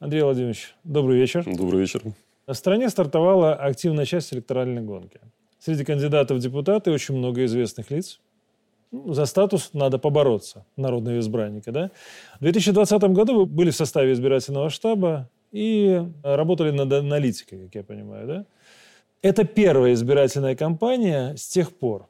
Андрей Владимирович, добрый вечер. Добрый вечер. В стране стартовала активная часть электоральной гонки. Среди кандидатов в депутаты очень много известных лиц. За статус надо побороться, народного избранника. Да? В 2020 году вы были в составе избирательного штаба и работали над аналитикой, как я понимаю. Да? Это первая избирательная кампания с тех пор.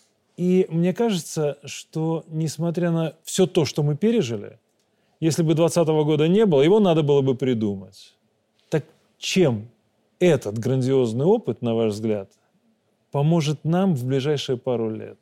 И мне кажется, что несмотря на все то, что мы пережили, если бы 2020 года не было, его надо было бы придумать. Так чем этот грандиозный опыт, на ваш взгляд, поможет нам в ближайшие пару лет?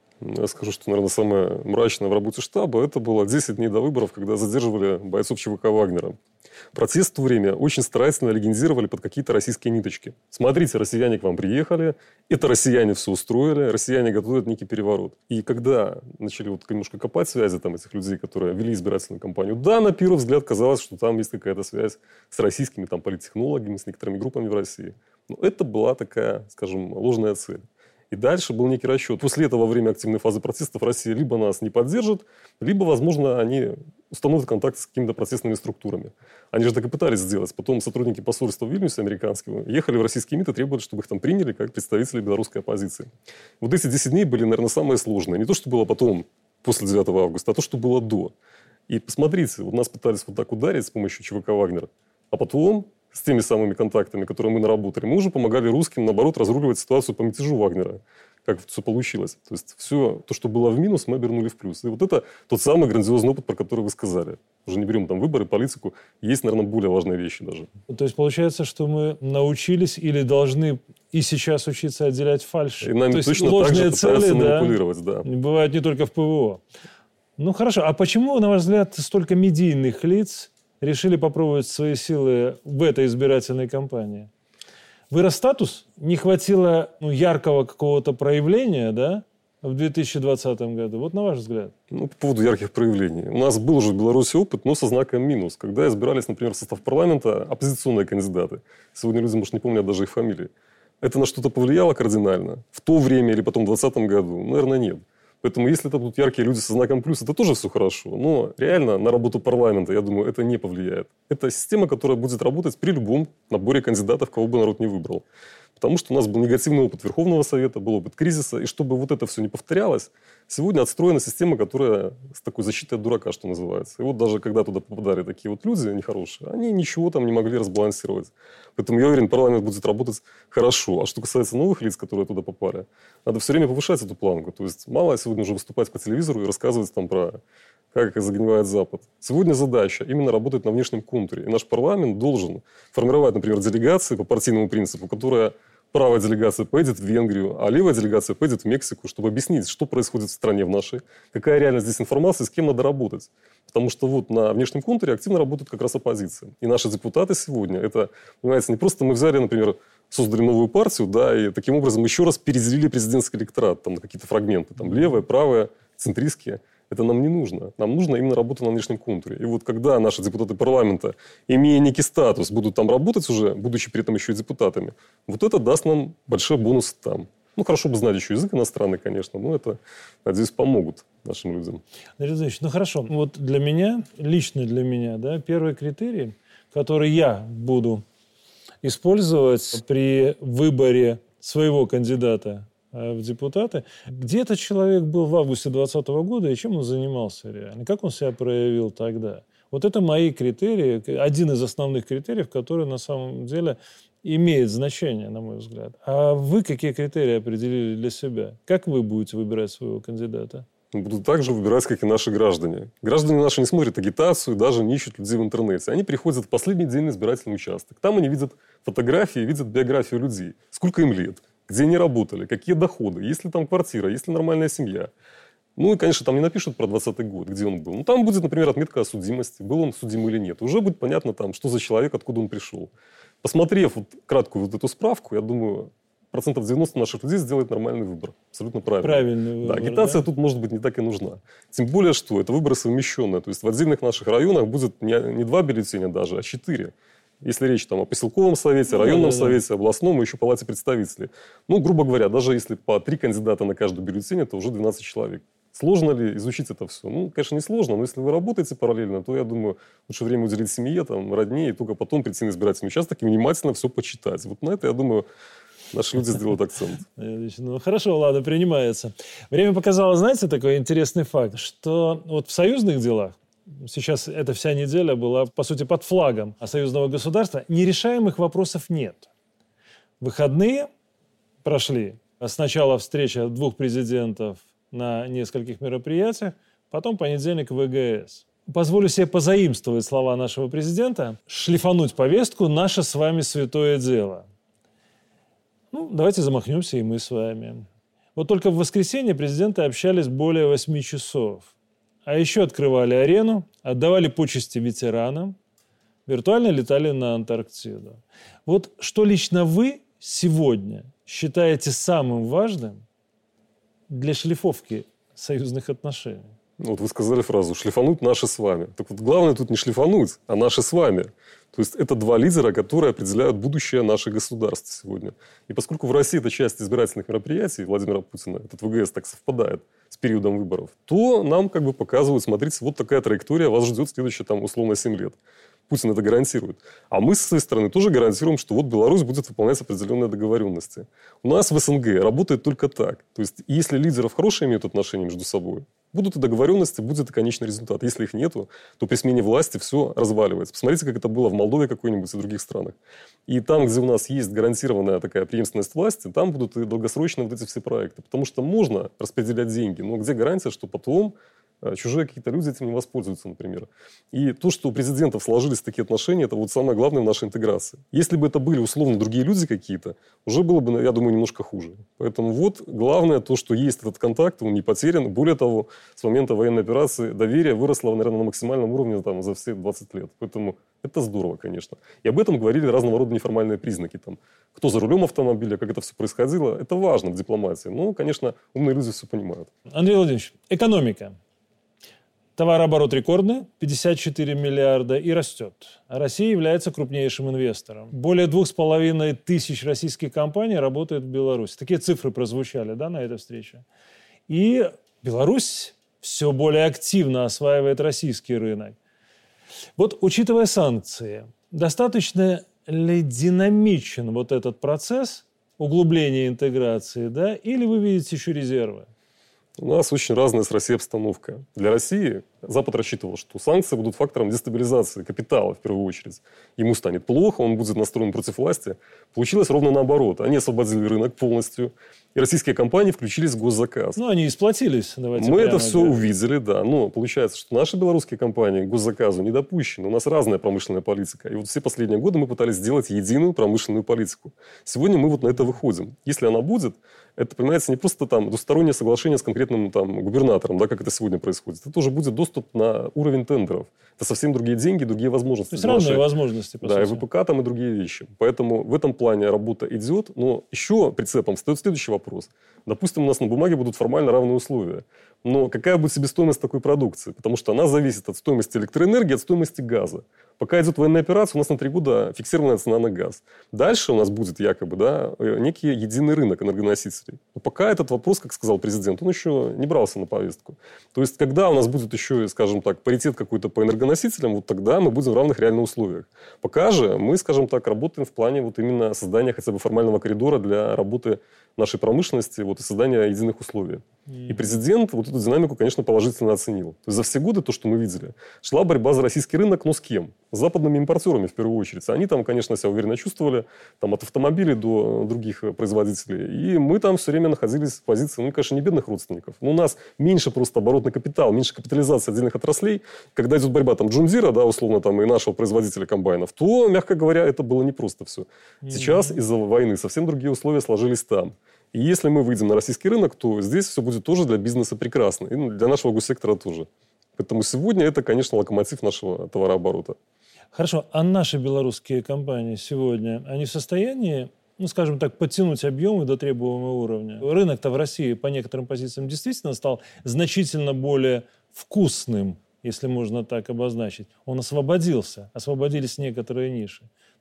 Я скажу, что, наверное, самое мрачное в работе штаба, это было 10 дней до выборов, когда задерживали бойцов ЧВК Вагнера. Протест в то время очень старательно легендировали под какие-то российские ниточки. Смотрите, россияне к вам приехали, это россияне все устроили, россияне готовят некий переворот. И когда начали вот немножко копать связи там, этих людей, которые вели избирательную кампанию, да, на первый взгляд казалось, что там есть какая-то связь с российскими там, политтехнологами, с некоторыми группами в России. Но это была такая, скажем, ложная цель. И дальше был некий расчет. После этого, во время активной фазы протестов, Россия либо нас не поддержит, либо, возможно, они установят контакт с какими-то протестными структурами. Они же так и пытались сделать. Потом сотрудники посольства в Вильнюсе американского ехали в российский МИД и требовали, чтобы их там приняли как представители белорусской оппозиции. Вот эти 10 дней были, наверное, самые сложные. Не то, что было потом, после 9 августа, а то, что было до. И посмотрите, вот нас пытались вот так ударить с помощью ЧВК «Вагнер», а потом с теми самыми контактами, которые мы наработали, мы уже помогали русским, наоборот, разруливать ситуацию по мятежу Вагнера. Как все получилось. То есть, все то, что было в минус, мы обернули в плюс. И вот это тот самый грандиозный опыт, про который вы сказали. Уже не берем там выборы, политику. Есть, наверное, более важные вещи даже. То есть, получается, что мы научились или должны и сейчас учиться отделять фальшь. И нами то точно есть, так же пытаются да, манипулировать. Да. Бывают не только в ПВО. Ну, хорошо. А почему, на ваш взгляд, столько медийных лиц решили попробовать свои силы в этой избирательной кампании? Вырос статус? Не хватило яркого какого-то проявления, да, в 2020 году? Вот на ваш взгляд. По поводу ярких проявлений. У нас был уже в Беларуси опыт, но со знаком минус. Когда избирались, например, в состав парламента оппозиционные кандидаты. Сегодня люди, может, не помнят даже их фамилии. Это на что-то повлияло кардинально? В то время или потом в 2020 году? Наверное, нет. Поэтому, если это будут яркие люди со знаком плюс, это тоже все хорошо. Но реально на работу парламента, я думаю, это не повлияет. Это система, которая будет работать при любом наборе кандидатов, кого бы народ не выбрал. Потому что у нас был негативный опыт Верховного Совета, был опыт кризиса. И чтобы вот это все не повторялось, сегодня отстроена система, которая с такой защитой от дурака, что называется. И вот даже когда туда попадали такие вот люди нехорошие, они ничего там не могли разбалансировать. Поэтому я уверен, парламент будет работать хорошо. А что касается новых лиц, которые туда попали, надо все время повышать эту планку. То есть мало сегодня уже выступать по телевизору и рассказывать там про как загнивает Запад. Сегодня задача именно работать на внешнем контуре. И наш парламент должен формировать, например, делегации по партийному принципу, которая правая делегация поедет в Венгрию, а левая делегация поедет в Мексику, чтобы объяснить, что происходит в стране в нашей, какая реально здесь информация, с кем надо работать. Потому что вот на внешнем контуре активно работает как раз оппозиция. И наши депутаты сегодня, это, понимаете, не просто мы взяли, например, создали новую партию, да, и таким образом еще раз переделили президентский электорат там, на какие-то фрагменты, там левое, правое, центристские. Это нам не нужно. Нам нужно именно работа на внешнем контуре. И вот когда наши депутаты парламента, имея некий статус, будут там работать уже, будучи при этом еще и депутатами, вот это даст нам большой бонус там. Хорошо бы знать еще язык иностранный, конечно, но это, надеюсь, помогут нашим людям. Андрей Владимирович, хорошо. Вот для меня, лично для меня, да, первый критерий, который я буду использовать при выборе своего кандидата в депутаты. Где этот человек был в августе 2020 года и чем он занимался реально? Как он себя проявил тогда? Вот это мои критерии, один из основных критериев, который на самом деле имеет значение, на мой взгляд. А вы какие критерии определили для себя? Как вы будете выбирать своего кандидата? Будут так же выбирать, как и наши граждане. Граждане наши не смотрят агитацию, даже не ищут людей в интернете. Они приходят в последний день на избирательный участок. Там они видят фотографии, видят биографию людей. Сколько им лет, где они работали, какие доходы, есть ли там квартира, есть ли нормальная семья. И, конечно, там не напишут про 2020 год, где он был. Там будет, например, отметка о судимости, был он судим или нет. Уже будет понятно, там, что за человек, откуда он пришел. Посмотрев краткую эту справку, я думаю, 90% наших людей сделает нормальный выбор. Абсолютно правильно. Правильный выбор, да, агитация тут, может быть, не так и нужна. Тем более, что это выборы совмещенные. То есть в отдельных наших районах будет не 2 бюллетеня даже, а 4. Если речь там о поселковом совете, районном совете, областном и еще палате представителей. Грубо говоря, даже если по 3 кандидата на каждый бюллетень, это уже 12 человек. Сложно ли изучить это все? Ну, конечно, не сложно, но если вы работаете параллельно, то, я думаю, лучше время уделить семье, там, родне, и только потом прийти на избирательный участок и внимательно все почитать. Вот на это, я думаю, наши люди сделают акцент. Ну, хорошо, ладно, принимается. Время показало, знаете, такой интересный факт, что вот в союзных делах, сейчас эта вся неделя была, по сути, под флагом союзного государства, нерешаемых вопросов нет. Выходные прошли. Сначала встреча двух президентов на нескольких мероприятиях, потом понедельник в ВГС. Позволю себе позаимствовать слова нашего президента, шлифануть повестку «Наше с вами святое дело». Ну, давайте замахнемся и мы с вами. Вот только в воскресенье президенты общались более 8 часов. А еще открывали арену, отдавали почести ветеранам, виртуально летали на Антарктиду. Вот что лично вы сегодня считаете самым важным для шлифовки союзных отношений? Вот вы сказали фразу «шлифануть наши с вами». Так вот, главное тут не шлифануть, а наши с вами. То есть, это два лидера, которые определяют будущее наших государств сегодня. И поскольку в России это часть избирательных мероприятий Владимира Путина, этот ВГС так совпадает с периодом выборов, то нам как бы показывают, смотрите, вот такая траектория вас ждет следующие, там, условно, 7 лет. Путин это гарантирует. А мы, со своей стороны, тоже гарантируем, что вот Беларусь будет выполнять определенные договоренности. У нас в СНГ работает только так. То есть, если лидеров хорошие имеют отношения между собой, будут и договоренности, будет и конечный результат. Если их нету, то при смене власти все разваливается. Посмотрите, как это было в Молдове какой-нибудь и других странах. И там, где у нас есть гарантированная такая преемственность власти, там будут и долгосрочные вот эти все проекты. Потому что можно распределять деньги, но где гарантия, что потом чужие какие-то люди этим не воспользуются, например. И то, что у президентов сложились такие отношения, это вот самое главное в нашей интеграции. Если бы это были условно другие люди какие-то, уже было бы, я думаю, немножко хуже. Поэтому вот главное то, что есть этот контакт, он не потерян. Более того, с момента военной операции доверие выросло, наверное, на максимальном уровне там, за все 20 лет. Поэтому это здорово, конечно. И об этом говорили разного рода неформальные признаки. Там, кто за рулем автомобиля, как это все происходило. Это важно в дипломатии. Но, конечно, умные люди все понимают. Андрей Владимирович, экономика. Товарооборот рекордный, 54 миллиарда, и растет. А Россия является крупнейшим инвестором. Более 2500 российских компаний работает в Беларуси. Такие цифры прозвучали, да, на этой встрече. И Беларусь все более активно осваивает российский рынок. Вот, учитывая санкции, достаточно ли динамичен вот этот процесс углубления интеграции, да, или вы видите еще резервы? У нас очень разная с Россией обстановка. Для России Запад рассчитывал, что санкции будут фактором дестабилизации капитала в первую очередь. Ему станет плохо, он будет настроен против власти. Получилось ровно наоборот. Они освободили рынок полностью. И российские компании включились в госзаказ. Ну, они и сплотились. Мы это все увидели, да. Но получается, что наши белорусские компании к госзаказу не допущены. У нас разная промышленная политика. И вот все последние годы мы пытались сделать единую промышленную политику. Сегодня мы вот на это выходим. Если она будет, это, понимаете, не просто там двустороннее соглашение с конкретным там губернатором, да, как это сегодня происходит. Это уже будет доступ на уровень тендеров. Это совсем другие деньги, другие возможности. То есть разные возможности, по да, сути. и ВПК там и другие вещи. Поэтому в этом плане работа идет. Но еще прицепом встает следующий вопрос. Допустим, у нас на бумаге будут формально равные условия. Но какая будет себестоимость такой продукции? Потому что она зависит от стоимости электроэнергии, от стоимости газа. Пока идет военная операция, у нас на 3 года фиксированная цена на газ. Дальше у нас будет якобы некий единый рынок энергоносителей. Но пока этот вопрос, как сказал президент, он еще не брался на повестку. То есть, когда у нас будет еще, скажем так, паритет какой-то по энергоносителям, вот тогда мы будем в равных реальных условиях. Пока же мы, скажем так, работаем в плане вот именно создания хотя бы формального коридора для работы нашей промышленности вот, и создания единых условий. И президент вот эту динамику, конечно, положительно оценил. То есть за все годы, то, что мы видели, шла борьба за российский рынок, но с кем? С западными импортерами, в первую очередь. Они там, конечно, себя уверенно чувствовали, там, от автомобилей до других производителей. И мы там все время находились в позиции, ну, конечно, не бедных родственников. Но у нас меньше просто оборотный капитал, меньше капитализации отдельных отраслей. Когда идет борьба там Джон Дира, да, условно, там, и нашего производителя комбайнов, то, мягко говоря, это было непросто все. Сейчас из-за войны совсем другие условия сложились там. И если мы выйдем на российский рынок, то здесь все будет тоже для бизнеса прекрасно. И для нашего госсектора тоже. Поэтому сегодня это, конечно, локомотив нашего товарооборота. Хорошо. А наши белорусские компании сегодня, они в состоянии, ну, скажем так, подтянуть объемы до требуемого уровня? Рынок-то в России по некоторым позициям действительно стал значительно более вкусным, если можно так обозначить. Он освободился. Освободились некоторые ниши.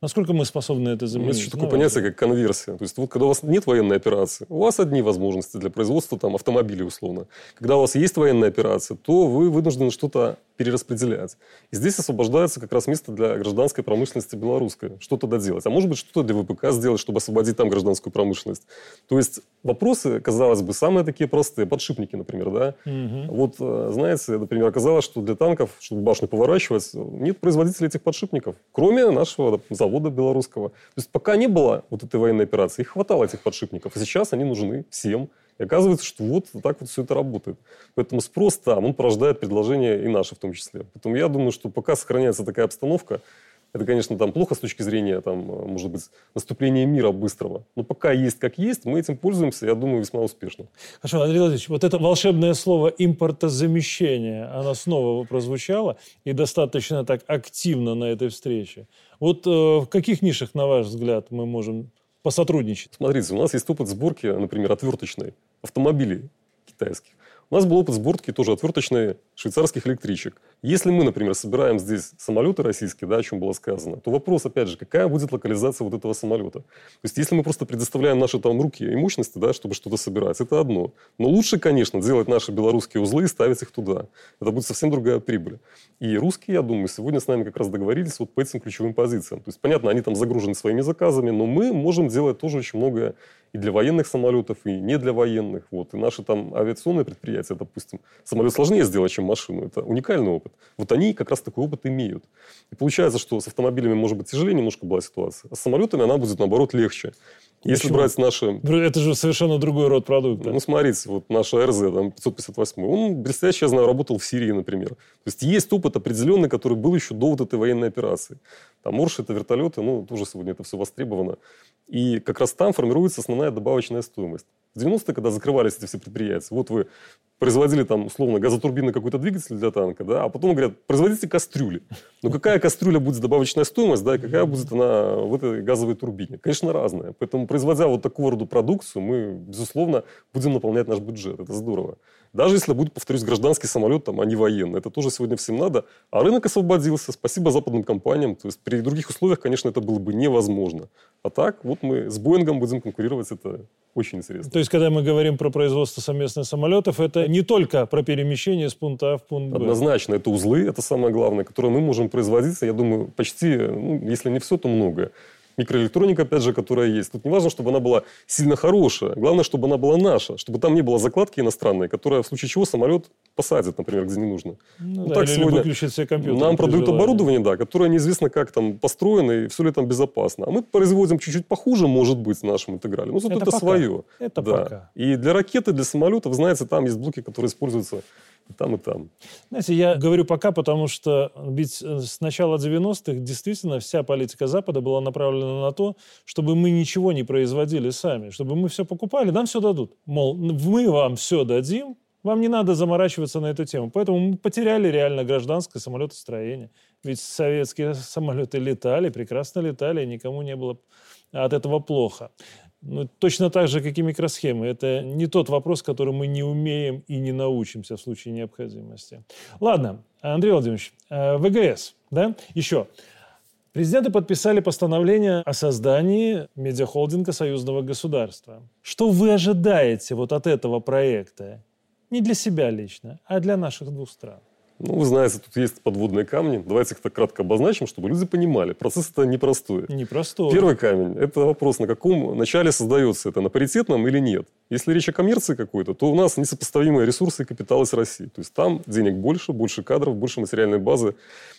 Насколько мы способны это заменить? Есть еще такое понятие, как конверсия. То есть вот когда у вас нет военной операции, у вас одни возможности для производства там, автомобилей условно. Когда у вас есть военная операция, то вы вынуждены что-то перераспределять. И здесь освобождается как раз место для гражданской промышленности белорусской. Что-то доделать. А может быть, что-то для ВПК сделать, чтобы освободить там гражданскую промышленность. То есть вопросы, казалось бы, самые такие простые. Подшипники, например, да? Вот, знаете, например, оказалось, что для танков, чтобы башню поворачивать, нет производителей этих подшипников, кроме нашего завода белорусского. То есть пока не было вот этой военной операции, их хватало, этих подшипников. А сейчас они нужны всем. И оказывается, что вот так вот все это работает. Поэтому спрос там, он порождает предложение и наше в том числе. Поэтому я думаю, что пока сохраняется такая обстановка, это, конечно, там плохо с точки зрения, там, может быть, наступления мира быстрого. Но пока есть как есть, мы этим пользуемся, я думаю, весьма успешно. Хорошо, Андрей Владимирович, вот это волшебное слово импортозамещение, оно снова прозвучало и достаточно так активно на этой встрече. Вот в каких нишах, на ваш взгляд, мы можем посотрудничать? Смотрите, у нас есть опыт сборки, например, отверточной автомобилей китайских. У нас был опыт сборки тоже отверточной швейцарских электричек. Если мы, например, собираем здесь самолеты российские, да, о чем было сказано, то вопрос, опять же, какая будет локализация вот этого самолета. То есть, если мы просто предоставляем наши там руки и мощности, да, чтобы что-то собирать, это одно. Но лучше, конечно, делать наши белорусские узлы и ставить их туда. Это будет совсем другая прибыль. И русские, я думаю, сегодня с нами как раз договорились вот по этим ключевым позициям. То есть, понятно, они там загружены своими заказами, но мы можем делать тоже очень многое и для военных самолетов, и не для военных. Вот. И наши там авиационные предприятия, допустим, самолет сложнее сделать, чем машину. Это уникальный опыт. Вот они как раз такой опыт имеют. И получается, что с автомобилями, может быть, тяжелее немножко была ситуация, а с самолетами она будет, наоборот, легче. Если брать наши... Это же совершенно другой род продукта. Ну, смотрите, вот наша РЗ, там, 558, он блестяще, я знаю, работал в Сирии, например. То есть, есть опыт определенный, который был еще до вот этой военной операции. Там Орш, это вертолеты, ну, тоже сегодня это все востребовано. И как раз там формируется основная добавочная стоимость. В 90-е, когда закрывались эти все предприятия, вот вы производили там, условно, газотурбинный какой-то двигатель для танка, да, а потом говорят, производите кастрюли. Но какая кастрюля будет добавочная стоимость, да, и какая будет она в этой газовой турбине? Конечно, разная. Поэтому, производя вот такого рода продукцию, мы, безусловно, будем наполнять наш бюджет. Это здорово. Даже если будет, повторюсь, гражданский самолет, там, а не военный. Это тоже сегодня всем надо. А рынок освободился. Спасибо западным компаниям. То есть, при других условиях, конечно, это было бы невозможно. А так, вот мы с Боингом будем конкурировать. Это очень интересно. То есть, когда мы говорим про производство совместных самолетов, это не только про перемещение с пункта А в пункт Б. Однозначно. Это узлы, это самое главное, которые мы можем производить. Я думаю, почти, ну, если не все, то многое. Микроэлектроника, опять же, которая есть. Тут не важно, чтобы она была сильно хорошая. Главное, чтобы она была наша. Чтобы там не было закладки иностранной, которая в случае чего самолет посадит, например, где не нужно. Ну, да, так или сегодня выключить все компьютеры. Нам продают оборудование, да, которое неизвестно, как там построено и все ли там безопасно. А мы производим чуть-чуть похуже, может быть, в нашем интеграле. Но зато это свое. Это да. пока. И для ракеты, для самолетов, знаете, там есть блоки, которые используются и там, и там. Знаете, я говорю пока, потому что ведь с начала 90-х действительно вся политика Запада была направлена на то, чтобы мы ничего не производили сами, чтобы мы все покупали, нам все дадут. Мол, мы вам все дадим, вам не надо заморачиваться на эту тему. Поэтому мы потеряли реально гражданское самолетостроение. Ведь советские самолеты летали, прекрасно летали, и никому не было от этого плохо. Ну, точно так же, как и микросхемы. Это не тот вопрос, который мы не умеем и не научимся в случае необходимости. Ладно, Андрей Владимирович, ВГС, да? Еще. Президенты подписали постановление о создании медиахолдинга союзного государства. Что вы ожидаете вот от этого проекта? Не для себя лично, а для наших двух стран. Ну, вы знаете, тут есть подводные камни. Давайте их так кратко обозначим, чтобы люди понимали. Процесс это непростой. Непростой. Первый камень – это вопрос, на каком начале создается это, на паритетном или нет. Если речь о коммерции какой-то, то у нас несопоставимые ресурсы и капиталы с Россией. То есть там денег больше, больше кадров, больше материальной базы.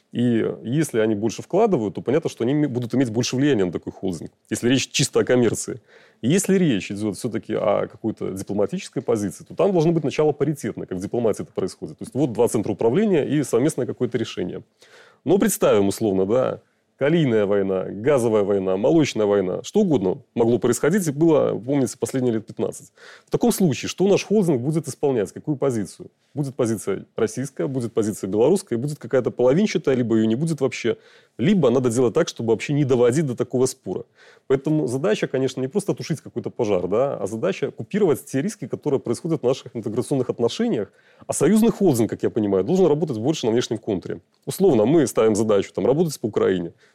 И если они больше вкладывают, то понятно, что они будут иметь больше влияния на такой холдинг. Если речь чисто о коммерции. И если речь идет все-таки о какой-то дипломатической позиции, то там должно быть начало паритетное, как в дипломатии это происходит. То есть вот два центра управления и совместное какое-то решение. Но представим условно, да, калийная война, газовая война, молочная война, что угодно могло происходить, и было, помните, последние лет 15. В таком случае, что наш холдинг будет исполнять, какую позицию? Будет позиция российская, будет позиция белорусская, и будет какая-то половинчатая, либо ее не будет вообще. Либо надо делать так, чтобы вообще не доводить до такого спора. Поэтому задача, конечно, не просто тушить какой-то пожар, да, а задача купировать те риски, которые происходят в наших интеграционных отношениях. А союзный холдинг, как я понимаю, должен работать больше на внешнем контуре. Условно, мы ставим задачу там, работать по Украине.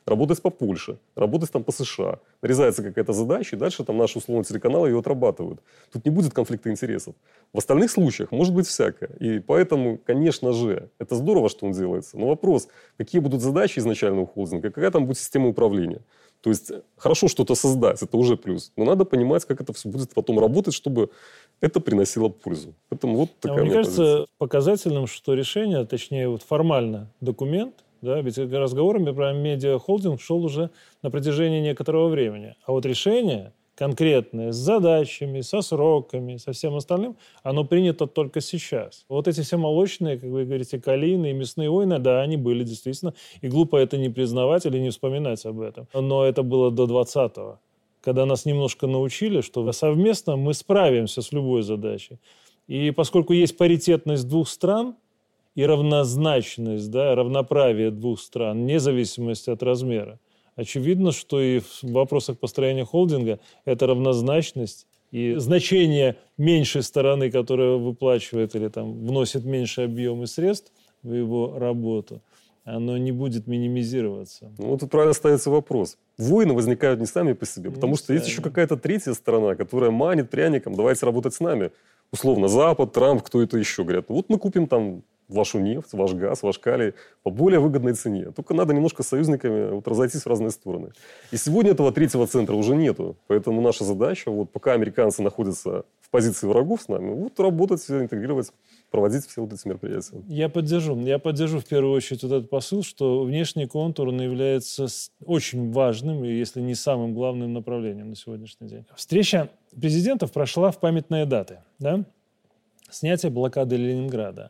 работать по Польше, работать там по США. Нарезается какая-то задача, и дальше там наши условно телеканалы ее отрабатывают. Тут не будет конфликта интересов. В остальных случаях может быть всякое. И поэтому, конечно же, это здорово, что он делается. Но вопрос, какие будут задачи изначально у холдинга, какая там будет система управления. То есть хорошо что-то создать, это уже плюс. Но надо понимать, как это все будет потом работать, чтобы это приносило пользу. Поэтому вот такая мне кажется позиция. показательным, что решение, точнее вот формально документ, да, ведь разговорами про медиахолдинг шел уже на протяжении некоторого времени. А вот решение конкретное, с задачами, со сроками, со всем остальным, оно принято только сейчас. Вот эти все молочные, как вы говорите, калийные, мясные войны, да, они были действительно, и глупо это не признавать или не вспоминать об этом. Но это было до 20-го, когда нас немножко научили, что совместно мы справимся с любой задачей. И поскольку есть паритетность двух стран и равнозначность, да, равноправие двух стран, вне зависимости от размера, очевидно, что и в вопросах построения холдинга эта равнозначность и значение меньшей стороны, которая выплачивает или там вносит меньше объемы средств в его работу, оно не будет минимизироваться. Ну, вот тут правильно ставится вопрос. Войны возникают не сами по себе, потому что есть еще какая-то третья сторона, которая манит пряником, давайте работать с нами. Условно, Запад, Трамп, кто это еще. Говорят, вот мы купим там вашу нефть, ваш газ, ваш калий по более выгодной цене. Только надо немножко с союзниками вот разойтись в разные стороны. И сегодня этого третьего центра уже нету. Поэтому наша задача, вот пока американцы находятся в позиции врагов с нами, вот работать, интегрировать, проводить все вот эти мероприятия. Я поддержу в первую очередь вот этот посыл, что внешний контур, он является очень важным, если не самым главным направлением на сегодняшний день. Встреча президентов прошла в памятные даты. Да? Снятие блокады Ленинграда.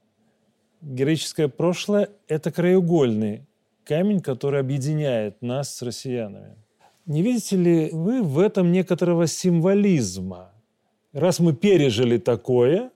Героическое прошлое – это краеугольный камень, который объединяет нас с россиянами. Не видите ли вы в этом некоторого символизма? Раз мы пережили такое,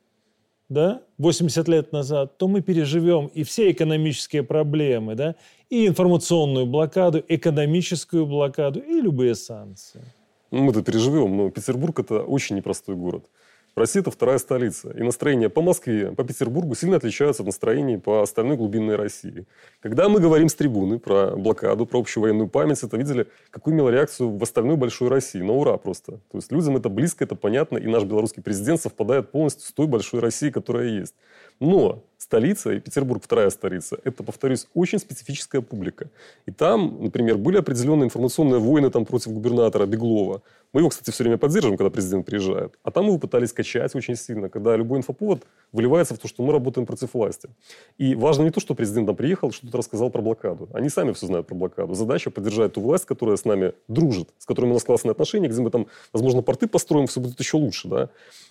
да, 80 лет назад, то мы переживем и все экономические проблемы, да, и информационную блокаду, экономическую блокаду, и любые санкции. Мы-то переживем, но Петербург – это очень непростой город. Россия – это вторая столица. И настроения по Москве, по Петербургу сильно отличаются от настроений по остальной глубинной России. Когда мы говорим с трибуны про блокаду, про общую военную память, это видели, какую имела реакцию в остальной большой России. На ура просто. То есть людям это близко, это понятно, и наш белорусский президент совпадает полностью с той большой Россией, которая есть. Но столица, и Петербург вторая столица, это, повторюсь, очень специфическая публика. И там, например, были определенные информационные войны там, против губернатора Беглова. Мы его, кстати, все время поддерживаем, когда президент приезжает. А там его пытались качать очень сильно, когда любой инфоповод выливается в то, что мы работаем против власти. И важно не то, что президент там приехал, что-то рассказал про блокаду. Они сами все знают про блокаду. Задача поддержать ту власть, которая с нами дружит, с которой у нас классные отношения, где мы там, возможно, порты построим, все будет еще лучше, да.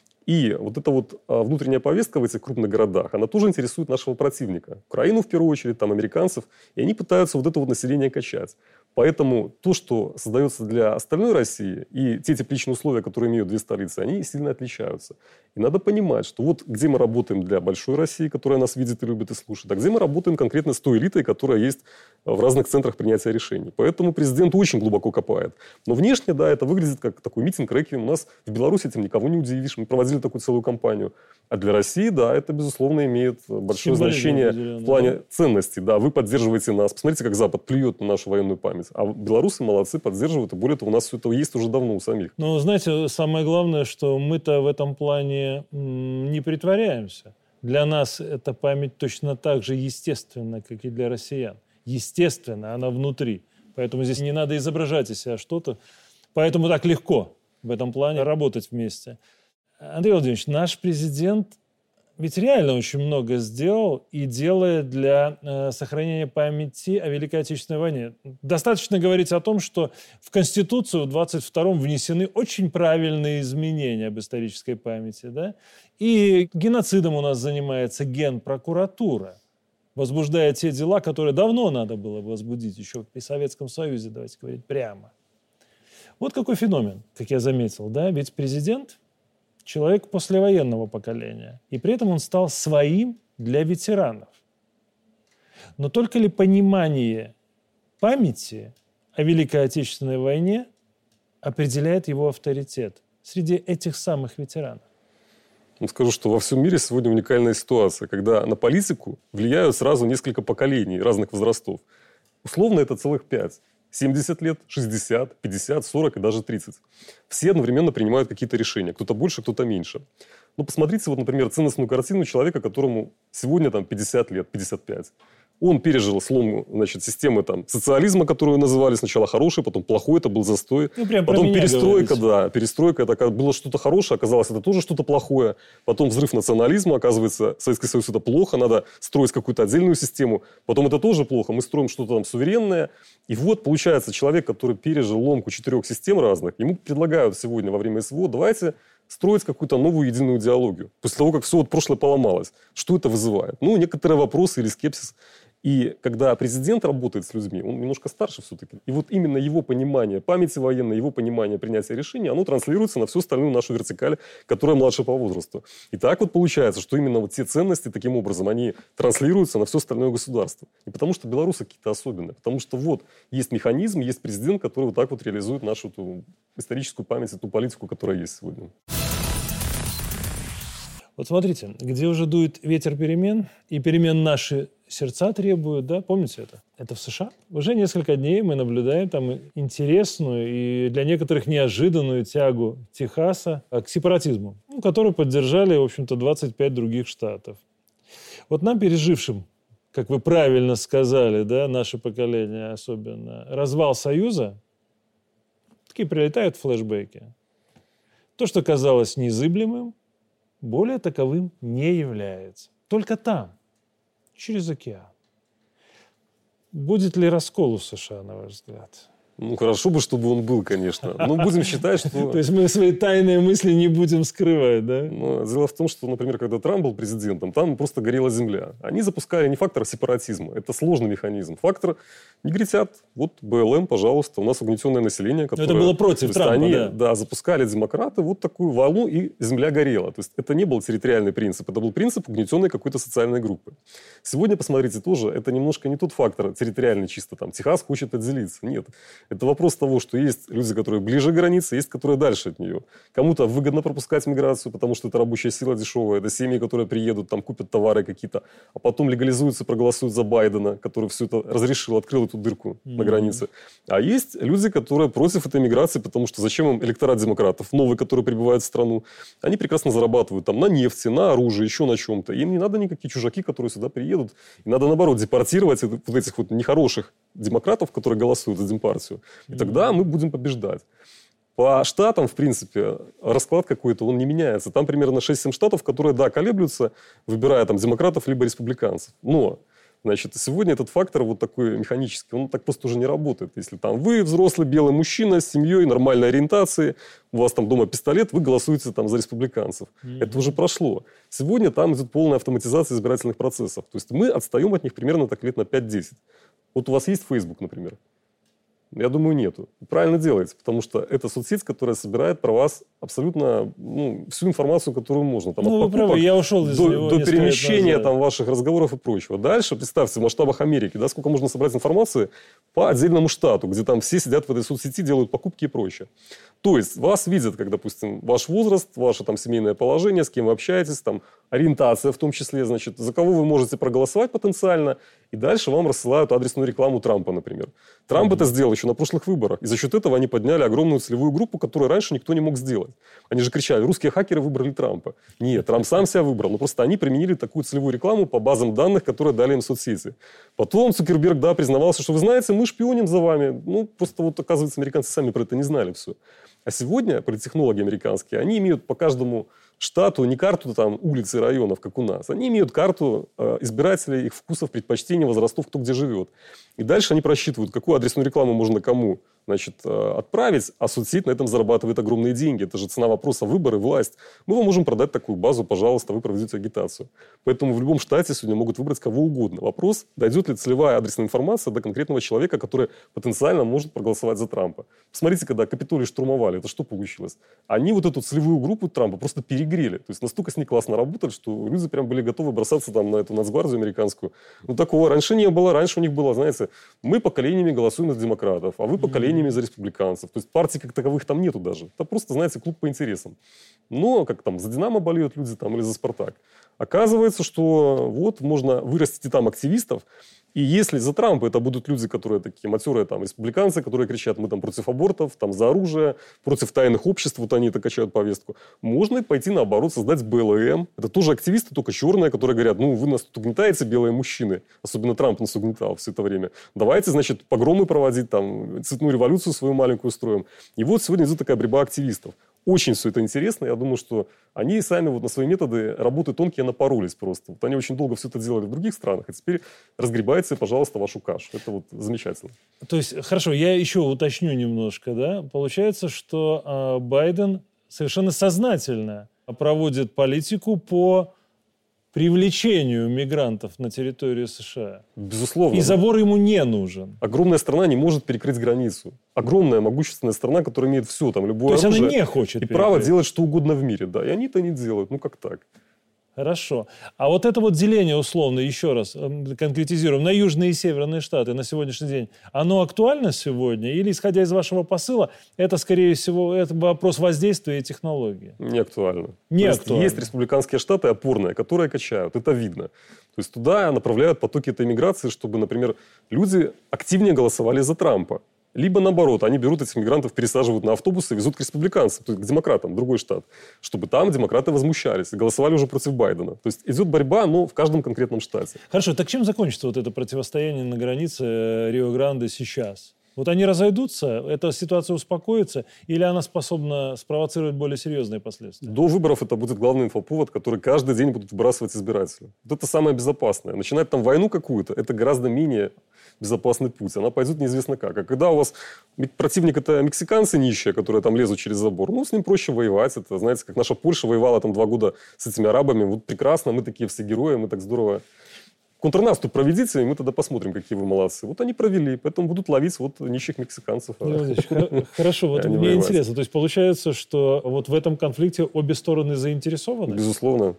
И вот эта вот внутренняя повестка в этих крупных городах, она тоже интересует нашего противника. Украину, в первую очередь, там, американцев. И они пытаются вот это вот население качать. Поэтому то, что создается для остальной России, и те тепличные условия, которые имеют две столицы, они сильно отличаются. И надо понимать, что вот где мы работаем для большой России, которая нас видит и любит и слушает, а где мы работаем конкретно с той элитой, которая есть в разных центрах принятия решений. Поэтому президент очень глубоко копает. Но внешне, да, это выглядит как такой митинг-реквием. У нас в Беларуси этим никого не удивишь. Мы проводили такую целую кампанию. А для России, да, это, безусловно, имеет большое значение в плане ценностей. Да, вы поддерживаете нас. Посмотрите, как Запад плюет на нашу военную память. А белорусы молодцы, поддерживают. И более того, у нас все это есть уже давно у самих. Но, знаете, самое главное, что мы-то в этом плане не притворяемся. Для нас эта память точно так же естественна, как и для россиян. Естественно, она внутри. Поэтому здесь не надо изображать из себя что-то. Поэтому так легко в этом плане работать вместе. Андрей Владимирович, наш президент ведь реально очень много сделал и делает для сохранения памяти о Великой Отечественной войне. Достаточно говорить о том, что в Конституцию в 22-м внесены очень правильные изменения об исторической памяти. Да? И геноцидом у нас занимается Генпрокуратура, возбуждая те дела, которые давно надо было возбудить, еще при Советском Союзе, давайте говорить прямо. Вот какой феномен, как я заметил. Да? Ведь президент – человек послевоенного поколения. И при этом он стал своим для ветеранов. Но только ли понимание памяти о Великой Отечественной войне определяет его авторитет среди этих самых ветеранов? Скажу, что во всем мире сегодня уникальная ситуация, когда на политику влияют сразу несколько поколений разных возрастов. Условно это целых 5. 70 лет, 60, 50, 40 и даже 30. Все одновременно принимают какие-то решения. Кто-то больше, кто-то меньше. Ну, посмотрите, вот, например, ценностную картину человека, которому сегодня там 50 лет, 55. Он пережил слом, значит, системы там, социализма, которую называли сначала хорошей, потом плохой, это был застой. Ну, прям потом перестройка, говорите. да, перестройка, это было что-то хорошее, оказалось, это тоже что-то плохое. Потом взрыв национализма, оказывается, Советский Союз это плохо, надо строить какую-то отдельную систему. Потом это тоже плохо, мы строим что-то там суверенное. И вот, получается, человек, который пережил ломку 4 систем разных, ему предлагают сегодня во время СВО, давайте строить какую-то новую единую идеологию. После того, как все вот прошлое поломалось. Что это вызывает? Ну, некоторые вопросы или скепсис. И когда президент работает с людьми, он немножко старше все-таки. И вот именно его понимание памяти военной, его понимание принятия решений, оно транслируется на всю остальную нашу вертикаль, которая младше по возрасту. И так вот получается, что именно вот те ценности таким образом, они транслируются на все остальное государство. И потому что белорусы какие-то особенные. Потому что вот есть механизм, есть президент, который вот так вот реализует нашу ту историческую память, ту политику, которая есть сегодня. Вот смотрите, где уже дует ветер перемен, и перемен наши сердца требуют, да, помните это? Это в США. Уже несколько дней мы наблюдаем там интересную и для некоторых неожиданную тягу Техаса к сепаратизму, который поддержали, в общем-то, 25 других штатов. Вот нам, пережившим, как вы правильно сказали, да, наше поколение особенно, развал Союза, такие прилетают флешбеки. То, что казалось незыблемым, более таковым не является. Только там, через океан. Будет ли раскол у США, на ваш взгляд? Ну, хорошо бы, чтобы он был, конечно. Но будем считать, что... То есть мы свои тайные мысли не будем скрывать, да? Но дело в том, что, например, когда Трамп был президентом, там просто горела земля. Они запускали не фактор сепаратизма. Это сложный механизм. Фактор негритят. Вот БЛМ, пожалуйста. У нас угнетенное население, которое... Это было против Трампа, они, да. Да, запускали демократы вот такую волну, и земля горела. То есть это не был территориальный принцип. Это был принцип угнетенной какой-то социальной группы. Сегодня, посмотрите, тоже это немножко не тот фактор территориальный чисто. Там Техас хочет отделиться. Нет. Это вопрос того, что есть люди, которые ближе к границе, есть, которые дальше от нее. Кому-то выгодно пропускать миграцию, потому что это рабочая сила дешевая, это семьи, которые приедут, там купят товары какие-то, а потом легализуются, проголосуют за Байдена, который все это разрешил, открыл эту дырку на границе. А есть люди, которые против этой миграции, потому что зачем им электорат демократов, новый, который прибывает в страну. Они прекрасно зарабатывают там на нефти, на оружии, еще на чем-то. Им не надо никакие чужаки, которые сюда приедут. И надо, наоборот, депортировать вот этих вот нехороших демократов, которые голосуют за Демпартию. И тогда мы будем побеждать. По штатам, в принципе, расклад какой-то, он не меняется. Там примерно 6-7 штатов, которые, да, колеблются, выбирая там демократов либо республиканцев. Но, значит, сегодня этот фактор вот такой механический, он так просто уже не работает. Если там вы взрослый белый мужчина с семьей, нормальной ориентацией, у вас там дома пистолет, вы голосуете там за республиканцев. Это уже прошло. Сегодня там идет полная автоматизация избирательных процессов. То есть мы отстаем от них примерно так лет на 5-10. Вот у вас есть Facebook, например? Я думаю, нету. Правильно делаете, потому что это соцсеть, которая собирает про вас абсолютно всю информацию, которую можно. Там, от покупок я ушел из него до перемещения назад. там, ваших разговоров и прочего. Дальше, представьте, в масштабах Америки, да, сколько можно собрать информации по отдельному штату, где там все сидят в этой соцсети, делают покупки и прочее. То есть вас видят, как, допустим, ваш возраст, ваше там семейное положение, с кем вы общаетесь, там ориентация в том числе, значит, за кого вы можете проголосовать потенциально, и дальше вам рассылают адресную рекламу Трампа, например. Трамп это сделал еще на прошлых выборах, и за счет этого они подняли огромную целевую группу, которую раньше никто не мог сделать. Они же кричали, русские хакеры выбрали Трампа. Нет, Трамп сам себя выбрал, но просто они применили такую целевую рекламу по базам данных, которые дали им соцсети. Потом Цукерберг, да, признавался, что вы знаете, мы шпионим за вами. Ну, просто вот, оказывается, американцы сами про это не знали все. А сегодня политтехнологи американские, они имеют по каждому штату не карту там, улиц и районов, как у нас. Они имеют карту избирателей, их вкусов, предпочтений, возрастов, кто где живет. И дальше они просчитывают, какую адресную рекламу можно кому отправить, а соцсеть на этом зарабатывает огромные деньги. Это же цена вопроса: выборы, власть. Мы вам можем продать такую базу, пожалуйста, вы проведете агитацию. Поэтому в любом штате сегодня могут выбрать кого угодно. Вопрос, дойдет ли целевая адресная информация до конкретного человека, который потенциально может проголосовать за Трампа. Посмотрите, когда Капитолий штурмовали, это что получилось? Они вот эту целевую группу Трампа просто перегрели. То есть настолько с ней классно работали, что люди прям были готовы бросаться там на эту нацгвардию американскую. Ну, такого раньше не было. Раньше у них было, знаете, мы поколениями голосуем за демократов, а вы поколениями за республиканцев. То есть партий как таковых там нету даже. Это просто, знаете, клуб по интересам. Но как там за «Динамо» болеют люди там или за «Спартак». Оказывается, что вот можно вырастить и там активистов. И если за Трампа это будут люди, которые такие матерые там, республиканцы, которые кричат, мы там против абортов, там за оружие, против тайных обществ, вот они это качают повестку, можно пойти наоборот создать БЛМ. Это тоже активисты, только черные, которые говорят, ну вы нас тут угнетаете, белые мужчины. Особенно Трамп нас угнетал все это время. Давайте, значит, погромы проводить, там, цветную революцию свою маленькую строим. И вот сегодня идет такая борьба активистов. Очень все это интересно. Я думаю, что они сами вот на свои методы работы тонкие напоролись просто. Вот они очень долго все это делали в других странах, а теперь разгребайте, пожалуйста, вашу кашу. Это вот замечательно. То есть, хорошо, я еще уточню немножко, да? Получается, что Байден совершенно сознательно проводит политику по привлечению мигрантов на территорию США. Безусловно. И забор ему не нужен. Огромная страна не может перекрыть границу. Огромная, могущественная страна, которая имеет все, там, любое оружие. То есть она не хочет и перекрыть. право делать что угодно в мире. Да. И они это не делают. Ну, как так? Хорошо. А вот это вот деление, условно, еще раз конкретизируем, на южные и северные штаты на сегодняшний день, оно актуально сегодня? Или, исходя из вашего посыла, это, скорее всего, это вопрос воздействия и технологии? Не актуально. Не актуально. Есть республиканские штаты опорные, которые качают. Это видно. То есть туда направляют потоки этой миграции, чтобы, например, люди активнее голосовали за Трампа. Либо наоборот, они берут этих мигрантов, пересаживают на автобусы и везут к республиканцам, то есть к демократам, другой штат, чтобы там демократы возмущались и голосовали уже против Байдена. То есть идет борьба, но в каждом конкретном штате. Хорошо, так чем закончится вот это противостояние на границе Рио-Гранде сейчас? Вот они разойдутся, эта ситуация успокоится, или она способна спровоцировать более серьезные последствия? До выборов это будет главный инфоповод, который каждый день будут выбрасывать избиратели. Вот это самое безопасное. Начинать там войну какую-то, это гораздо менее безопасный путь. Она пойдет неизвестно как. А когда у вас противник это мексиканцы нищие, которые там лезут через забор, ну, с ним проще воевать. Это, знаете, как наша Польша воевала там 2 года с этими арабами. Вот прекрасно, мы такие все герои, мы так здорово. Контрнаступ проведите, и мы тогда посмотрим, какие вы молодцы. Вот они провели, поэтому будут ловить вот нищих мексиканцев. Хорошо, вот мне интересно. То есть получается, что вот в этом конфликте обе стороны заинтересованы? Безусловно.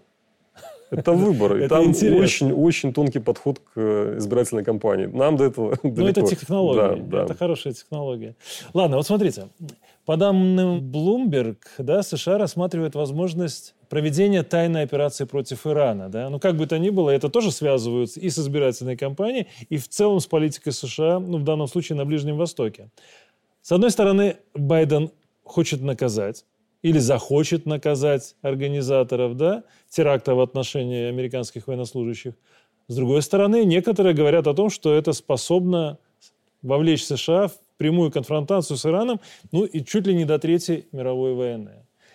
Это выборы. И там очень тонкий подход к избирательной кампании. Нам до этого далеко. Ну, это технология. Да. Это хорошая технология. Ладно, вот смотрите. По данным Bloomberg, да, США рассматривает возможность проведения тайной операции против Ирана. Да? Ну, как бы то ни было, это тоже связывают и с избирательной кампанией, и в целом с политикой США, ну, в данном случае на Ближнем Востоке. С одной стороны, Байден хочет наказать или захочет наказать организаторов, да, теракта в отношении американских военнослужащих. С другой стороны, некоторые говорят о том, что это способно вовлечь США в прямую конфронтацию с Ираном, ну и чуть ли не до Третьей мировой войны.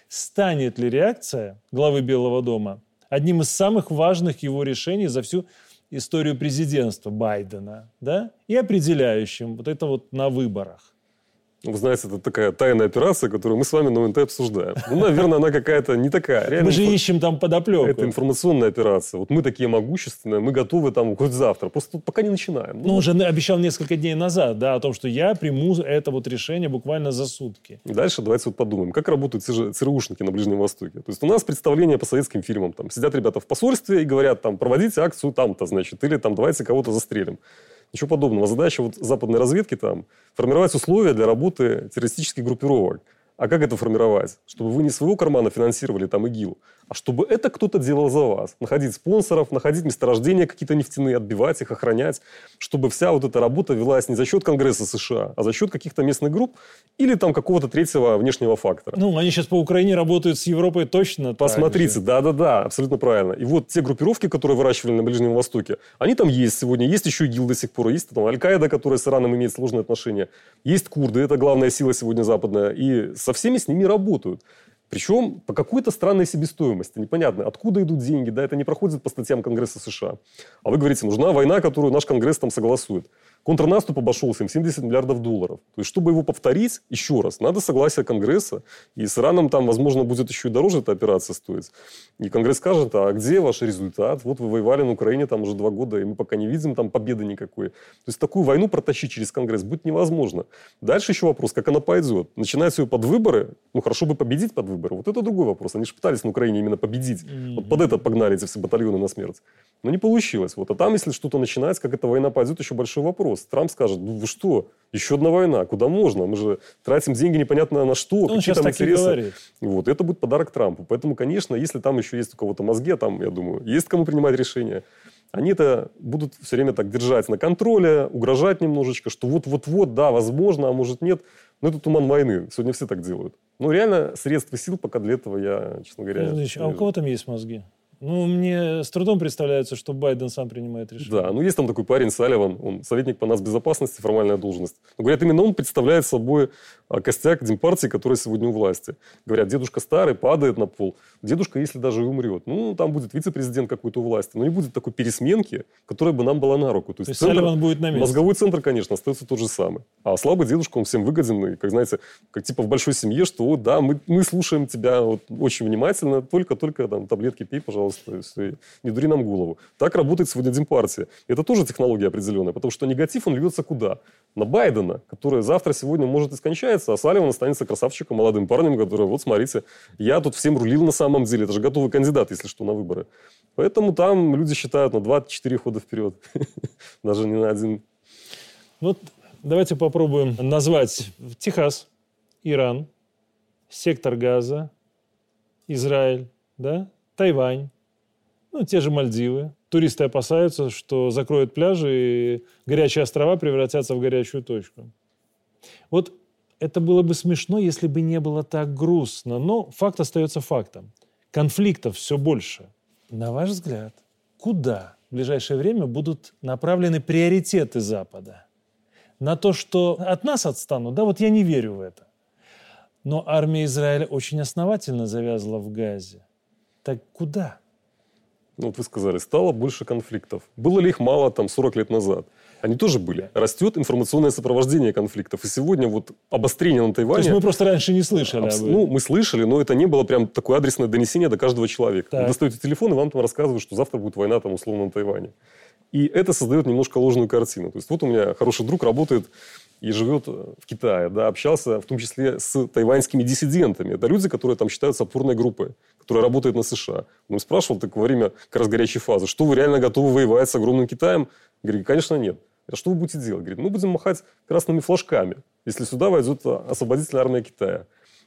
Станет ли реакция главы Белого дома одним из самых важных его решений за всю историю президентства Байдена, да, и определяющим вот это вот на выборах? Вы знаете, это такая тайная операция, которую мы с вами на ОНТ обсуждаем. Ну, наверное, она какая-то не такая. Реально, мы же ищем там подоплеку. Это информационная операция. Вот мы такие могущественные, мы готовы там хоть завтра. Просто тут пока не начинаем. Ну, уже обещал несколько дней назад, да, о том, что я приму это вот решение буквально за сутки. И дальше давайте вот подумаем, как работают ЦРУшники на Ближнем Востоке. То есть у нас представление по советским фильмам. Там сидят ребята в посольстве и говорят, там, проводите акцию там-то, значит, или там давайте кого-то застрелим. Ничего подобного. Задача вот западной разведки там формировать условия для работы террористических группировок. А как это формировать? Чтобы вы не своего кармана финансировали там ИГИЛ, а чтобы это кто-то делал за вас. Находить спонсоров, находить месторождения какие-то нефтяные, отбивать их, охранять. Чтобы вся вот эта работа велась не за счет Конгресса США, а за счет каких-то местных групп или там какого-то третьего внешнего фактора. Ну, они сейчас по Украине работают с Европой точно. Посмотрите, да, абсолютно правильно. И вот те группировки, которые выращивали на Ближнем Востоке, они там есть сегодня. Есть еще ИГИЛ до сих пор. Есть там Аль-Каида, которая с Ираном имеет сложные отношения. Есть курды, это главная сила сегодня западная. И со всеми с ними работают. Причем по какой-то странной себестоимости. Непонятно, откуда идут деньги. Да, это не проходит по статьям Конгресса США. А вы говорите, нужна война, которую наш Конгресс там согласует. Контрнаступ обошелся им $70 миллиардов. То есть, чтобы его повторить еще раз, надо согласие Конгресса. И с Ираном там, возможно, будет еще и дороже эта операция стоить. И Конгресс скажет, а где ваш результат? Вот вы воевали на Украине там уже 2 года, и мы пока не видим там победы никакой. То есть, такую войну протащить через Конгресс будет невозможно. Дальше еще вопрос, как она пойдет. Начинать ее под выборы, ну, хорошо бы победить под выборы. Вот это другой вопрос. Они же пытались на Украине именно победить. Вот под это погнали эти все батальоны на смерть. Но не получилось. Вот. А там, если что-то начинается, как эта война пойдет, еще большой вопрос. Трамп скажет, ну вы что, еще одна война, куда можно? Мы же тратим деньги непонятно на что, он какие сейчас там так интересы. И говорит. Вот. Это будет подарок Трампу. Поэтому, конечно, если там еще есть у кого-то мозги, а там, я думаю, есть кому принимать решения, они это будут все время так держать на контроле, угрожать немножечко, что вот-вот-вот, да, возможно, а может нет. Но это туман войны. Сегодня все так делают. Ну, реально, средств и сил пока для этого я, честно говоря... А у кого там есть мозги? Ну, мне с трудом представляется, что Байден сам принимает решение. Да, ну есть там такой парень Салливан, он советник по нацбезопасности, формальная должность. Но, говорят, именно он представляет собой костяк Демпартии, которая сегодня у власти. Говорят, дедушка старый, падает на пол. Дедушка, если даже и умрет, ну, там будет вице-президент какой-то у власти. Но не будет такой пересменки, которая бы нам была на руку. То есть Салливан будет на месте. Мозговой центр, конечно, остается тот же самый. А слабый дедушка, он всем выгоден. И, как знаете, как типа в большой семье, что вот, да, мы слушаем тебя вот, очень внимательно, только там таблетки пей, пожалуйста, не дури нам голову. Так работает сегодня Демпартия. Это тоже технология определенная, потому что негатив, он льется куда? На Байдена, который завтра-сегодня может и скончается, а Салливан останется красавчиком, молодым парнем, который, вот смотрите, я тут всем рулил на самом деле. Это же готовый кандидат, если что, на выборы. Поэтому там люди считают на 24 хода вперед. Даже не на один. Вот давайте попробуем назвать Техас, Иран, сектор Газа, Израиль, да, Тайвань, ну, те же Мальдивы. Туристы опасаются, что закроют пляжи, и горячие острова превратятся в горячую точку. Вот это было бы смешно, если бы не было так грустно. Но факт остается фактом. Конфликтов все больше. На ваш взгляд, куда в ближайшее время будут направлены приоритеты Запада? На то, что от нас отстанут? Да, вот я не верю в это. Но армия Израиля очень основательно завязла в Газе. Так куда? Ну, вот вы сказали, стало больше конфликтов. Было ли их мало там 40 лет назад? Они тоже были. Растет информационное сопровождение конфликтов. И сегодня вот обострение на Тайване... То есть мы просто раньше не слышали об этом? Ну, мы слышали, но это не было прям такое адресное донесение до каждого человека. Так. Вы достаете телефон, и вам там рассказывают, что завтра будет война там условно на Тайване. И это создает немножко ложную картину. То есть вот у меня хороший друг работает и живет в Китае, да, общался в том числе с тайваньскими диссидентами. Это люди, которые там считаются опорной группой, которая работает на США. Он спрашивал так во время как раз горячей фазы, что вы реально готовы воевать с огромным Китаем? Говорит, конечно, нет. А что вы будете делать? Говорит, мы будем махать красными флажками, если сюда войдет освободительная армия Китая.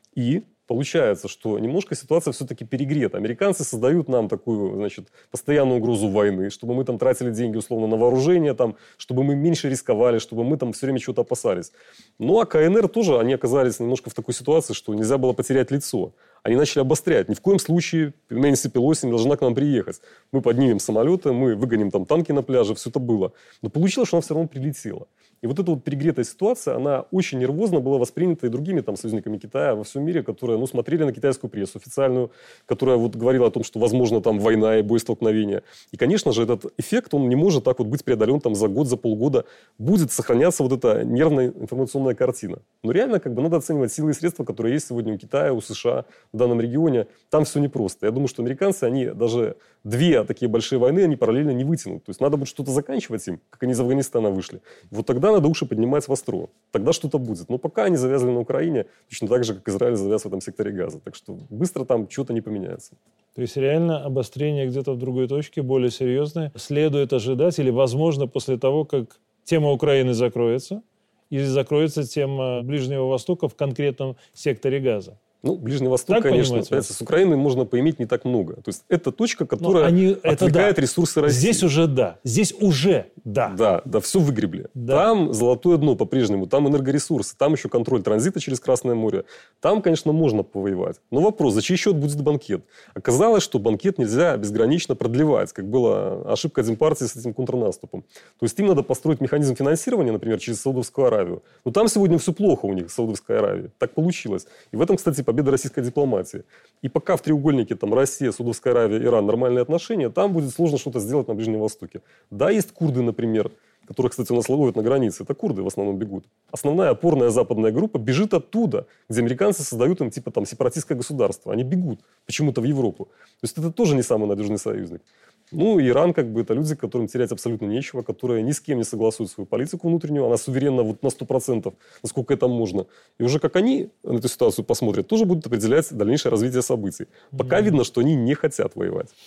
И получается, что немножко ситуация все-таки перегрета. Американцы создают нам такую, значит, постоянную угрозу войны, чтобы мы там тратили деньги условно на вооружение, там, чтобы мы меньше рисковали, чтобы мы там все время чего-то опасались. Ну, а КНР тоже, они оказались немножко в такой ситуации, что нельзя было потерять лицо. Они начали обострять. Ни в коем случае Нэнси Пелоси не должна к нам приехать. Мы поднимем самолеты, мы выгоним там танки на пляже, все это было. Но получилось, что она все равно прилетела. И вот эта вот перегретая ситуация, она очень нервозно была воспринята и другими там союзниками Китая во всем мире, которые, ну, смотрели на китайскую прессу официальную, которая вот говорила о том, что возможно там война и боестолкновения. И, конечно же, этот эффект, он не может так вот быть преодолен там за год, за полгода. Будет сохраняться вот эта нервная информационная картина. Но реально как бы надо оценивать силы и средства, которые есть сегодня у Китая, у США в данном регионе. Там все непросто. Я думаю, что американцы, они даже две такие большие войны, они параллельно не вытянут. То есть надо будет что-то заканчивать им, как они из Афганистана вышли. Вот тогда надо уши поднимать востро. Тогда что-то будет. Но пока они завязаны на Украине, точно так же, как Израиль завяз в этом секторе Газа. Так что быстро там что-то не поменяется. То есть реально обострение где-то в другой точке, более серьезное, следует ожидать или, возможно, после того, как тема Украины закроется, или закроется тема Ближнего Востока в конкретном секторе Газа. Ну, Ближний Восток, конечно, с Украиной можно поиметь не так много. То есть это точка, которая отвлекает ресурсы России. Здесь уже да. Здесь уже да. Да, все выгребли. Да. Там золотое дно по-прежнему, там энергоресурсы, там еще контроль транзита через Красное море. Там, конечно, можно повоевать. Но вопрос, за чей счет будет банкет? Оказалось, что банкет нельзя безгранично продлевать, как была ошибка Демпартии с этим контрнаступом. То есть им надо построить механизм финансирования, например, через Саудовскую Аравию. Но там сегодня все плохо у них, в Саудовской Аравии. Так получилось. И в этом, кстати, победа российской дипломатии. И пока в треугольнике там Россия, Саудовская Аравия, Иран нормальные отношения, там будет сложно что-то сделать на Ближнем Востоке. Да, есть курды, например, которых, кстати, у нас ловят на границе. Это курды в основном бегут. Основная опорная западная группа бежит оттуда, где американцы создают им типа там сепаратистское государство. Они бегут почему-то в Европу. То есть это тоже не самый надежный союзник. Ну, Иран, как бы, это люди, которым терять абсолютно нечего, которые ни с кем не согласуют свою политику внутреннюю, она суверенна вот на 100%, насколько это можно. И уже как они на эту ситуацию посмотрят, тоже будут определять дальнейшее развитие событий. Пока видно, что они не хотят воевать.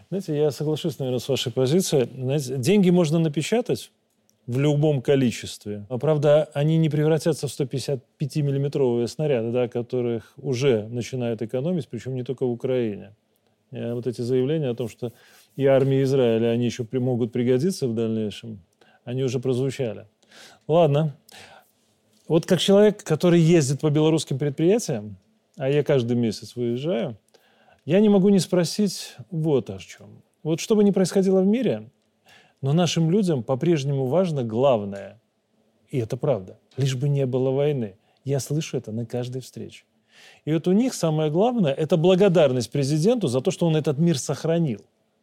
Знаете, я соглашусь, наверное, с вашей позицией. Знаете, деньги можно напечатать в любом количестве. Но, правда, они не превратятся в 155-миллиметровые снаряды, да, которых уже начинают экономить, причем не только в Украине. Вот эти заявления о том, что и армии Израиля, они еще могут пригодиться в дальнейшем, они уже прозвучали. Ладно. Вот как человек, который ездит по белорусским предприятиям, а я каждый месяц выезжаю, я не могу не спросить вот о чем. Вот что бы ни происходило в мире, но нашим людям по-прежнему важно главное, и это правда, лишь бы не было войны. Я слышу это на каждой встрече. И вот у них самое главное – это благодарность президенту за то, что он этот мир сохранил.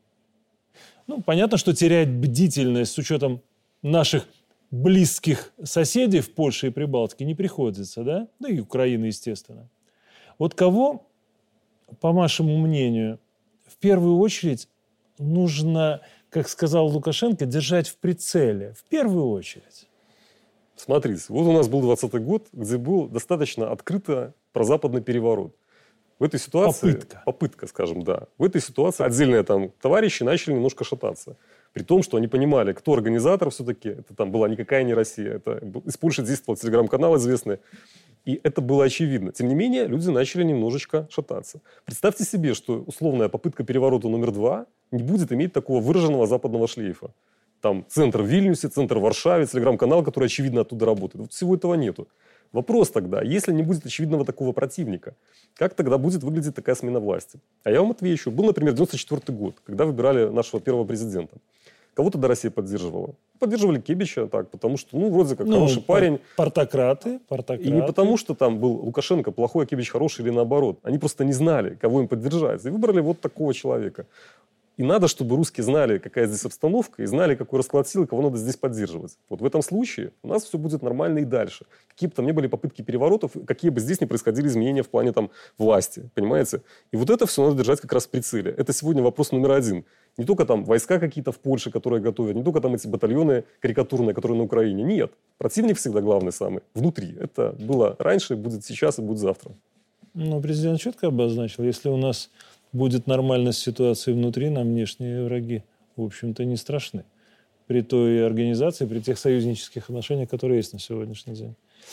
Ну, понятно, что терять бдительность с учетом наших близких соседей в Польше и Прибалтике не приходится, да? Да и Украины, естественно. Вот кого, по вашему мнению, в первую очередь нужно, как сказал Лукашенко, держать в прицеле? В первую очередь. Смотрите, вот у нас был 20-й год, где был достаточно открыто прозападный переворот. В этой ситуации... Попытка, скажем, да. В этой ситуации отдельные там товарищи начали немножко шататься. При том, что они понимали, кто организатор все-таки. Это там была никакая не Россия. Это из Польши действовал телеграм-канал известный. И это было очевидно. Тем не менее, люди начали немножечко шататься. Представьте себе, что условная попытка переворота номер 2 не будет иметь такого выраженного западного шлейфа. Там центр в Вильнюсе, центр в Варшаве, телеграм-канал, который, очевидно, оттуда работает. Вот всего этого нету. Вопрос тогда, если не будет очевидного такого противника, как тогда будет выглядеть такая смена власти? А я вам отвечу. Был, например, 94 год, когда выбирали нашего первого президента. Кого тогда Россия поддерживала? Поддерживали Кебича, так, потому что, вроде как хороший парень. Портократы. И не потому, что там был Лукашенко плохой, а Кебич хороший, или наоборот. Они просто не знали, кого им поддержать. И выбрали вот такого человека. И надо, чтобы русские знали, какая здесь обстановка, и знали, какой расклад сил, и кого надо здесь поддерживать. Вот в этом случае у нас все будет нормально и дальше. Какие бы там ни были попытки переворотов, какие бы здесь ни происходили изменения в плане там власти, понимаете? И вот это все надо держать как раз в прицеле. Это сегодня вопрос номер 1. Не только там войска какие-то в Польше, которые готовят, не только там эти батальоны карикатурные, которые на Украине. Нет. Противник всегда главный самый. Внутри. Это было раньше, будет сейчас и будет завтра. Президент четко обозначил, если у нас будет нормальность ситуации внутри, нам внешние враги, в общем-то, не страшны. При той организации, при тех союзнических отношениях, которые есть на сегодняшний день.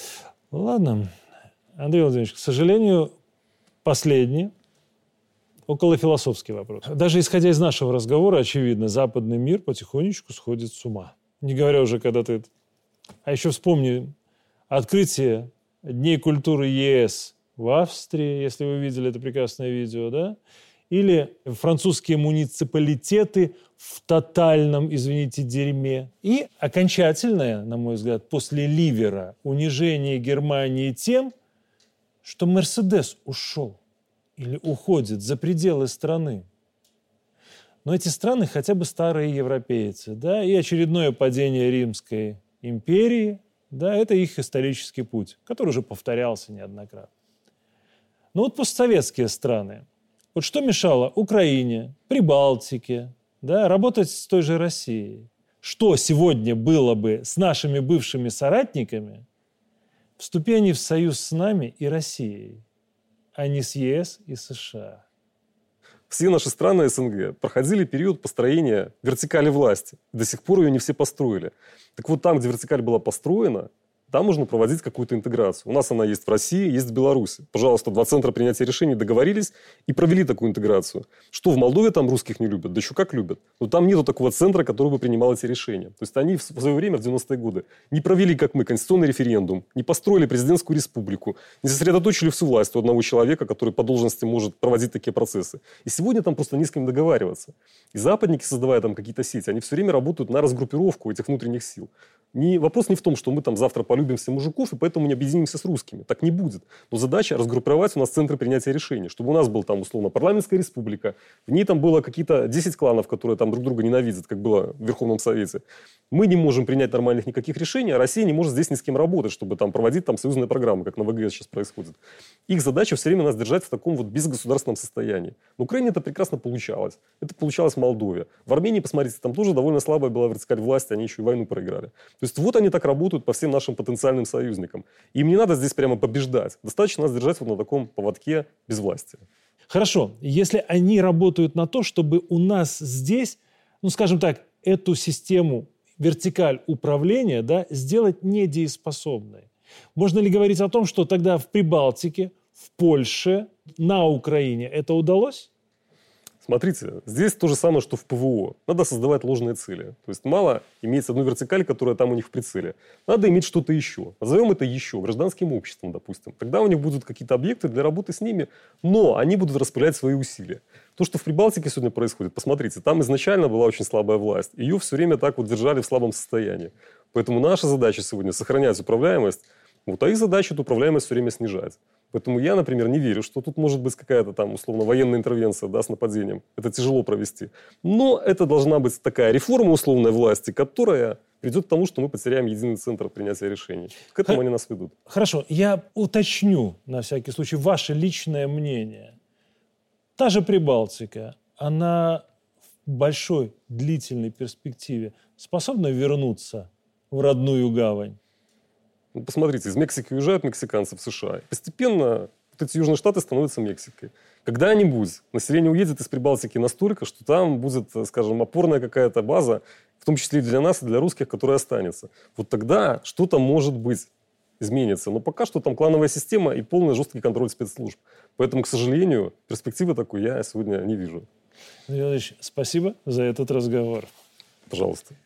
Ладно. Андрей Владимирович, к сожалению, последний, околофилософский вопрос. Даже исходя из нашего разговора, очевидно, западный мир потихонечку сходит с ума. Не говоря уже, когда ты... А еще вспомни открытие Дней культуры ЕС в Австрии, если вы видели это прекрасное видео, да? Или французские муниципалитеты в тотальном, извините, дерьме. И окончательное, на мой взгляд, после Ливера унижение Германии тем, что Мерседес ушел или уходит за пределы страны. Но эти страны хотя бы старые европейцы, да, и очередное падение Римской империи, да, это их исторический путь, который уже повторялся неоднократно. Но вот постсоветские страны. Вот что мешало Украине, Прибалтике, да, работать с той же Россией? Что сегодня было бы с нашими бывшими соратниками, вступи они в союз с нами и Россией, а не с ЕС и США? Все наши страны СНГ проходили период построения вертикали власти. До сих пор ее не все построили. Так вот, там, где вертикаль была построена, там можно проводить какую-то интеграцию. У нас она есть в России, есть в Беларуси. Пожалуйста, 2 центра принятия решений договорились и провели такую интеграцию. Что, в Молдове там русских не любят? Да еще как любят. Но там нету такого центра, который бы принимал эти решения. То есть они в свое время, в 90-е годы, не провели, как мы, конституционный референдум, не построили президентскую республику, не сосредоточили всю власть у одного человека, который по должности может проводить такие процессы. И сегодня там просто не с кем договариваться. И западники, создавая там какие-то сети, они все время работают на разгруппировку этих внутренних сил. Вопрос не в том, что мы там завтра полюбим все мужиков и поэтому не объединимся с русскими. Так не будет. Но задача разгруппировать у нас центры принятия решений, чтобы у нас был там условно парламентская республика, в ней там было какие-то 10 кланов, которые там друг друга ненавидят, как было в Верховном Совете. Мы не можем принять нормальных никаких решений, а Россия не может здесь ни с кем работать, чтобы там проводить там союзные программы, как на ВГС сейчас происходит. Их задача все время нас держать в таком вот безгосударственном состоянии. На Украине это прекрасно получалось. Это получалось в Молдове. В Армении, посмотрите, там тоже довольно слабая была вертикаль власти, они еще и войну проиграли. То есть вот они так работают по всем нашим потенциальным союзникам. Им не надо здесь прямо побеждать. Достаточно нас держать вот на таком поводке безвластия. Хорошо, если они работают на то, чтобы у нас здесь, ну, скажем так, эту систему вертикаль управления, да, сделать недееспособной. Можно ли говорить о том, что тогда в Прибалтике, в Польше, на Украине это удалось? Смотрите, здесь то же самое, что в ПВО. Надо создавать ложные цели. То есть мало иметь одну вертикаль, которая там у них в прицеле. Надо иметь что-то еще. Назовем это еще гражданским обществом, допустим. Тогда у них будут какие-то объекты для работы с ними, но они будут распылять свои усилия. То, что в Прибалтике сегодня происходит, посмотрите, там изначально была очень слабая власть. Ее все время так вот держали в слабом состоянии. Поэтому наша задача сегодня сохранять управляемость, а их задача эту управляемость все время снижать. Поэтому я, например, не верю, что тут может быть какая-то там, условно, военная интервенция, да, с нападением. Это тяжело провести. Но это должна быть такая реформа условной власти, которая придет к тому, что мы потеряем единый центр принятия решений. К этому они нас ведут. Хорошо, я уточню, на всякий случай, ваше личное мнение. Та же Прибалтика, она в большой, длительной перспективе способна вернуться в родную гавань? Посмотрите, из Мексики уезжают мексиканцы в США. Постепенно вот эти южные штаты становятся Мексикой. Когда-нибудь население уедет из Прибалтики настолько, что там будет, скажем, опорная какая-то база, в том числе и для нас, и для русских, которая останется. Вот тогда что-то, может быть, изменится. Но пока что там клановая система и полный жесткий контроль спецслужб. Поэтому, к сожалению, перспективы такой я сегодня не вижу. Андрей Владимирович, спасибо за этот разговор. Пожалуйста.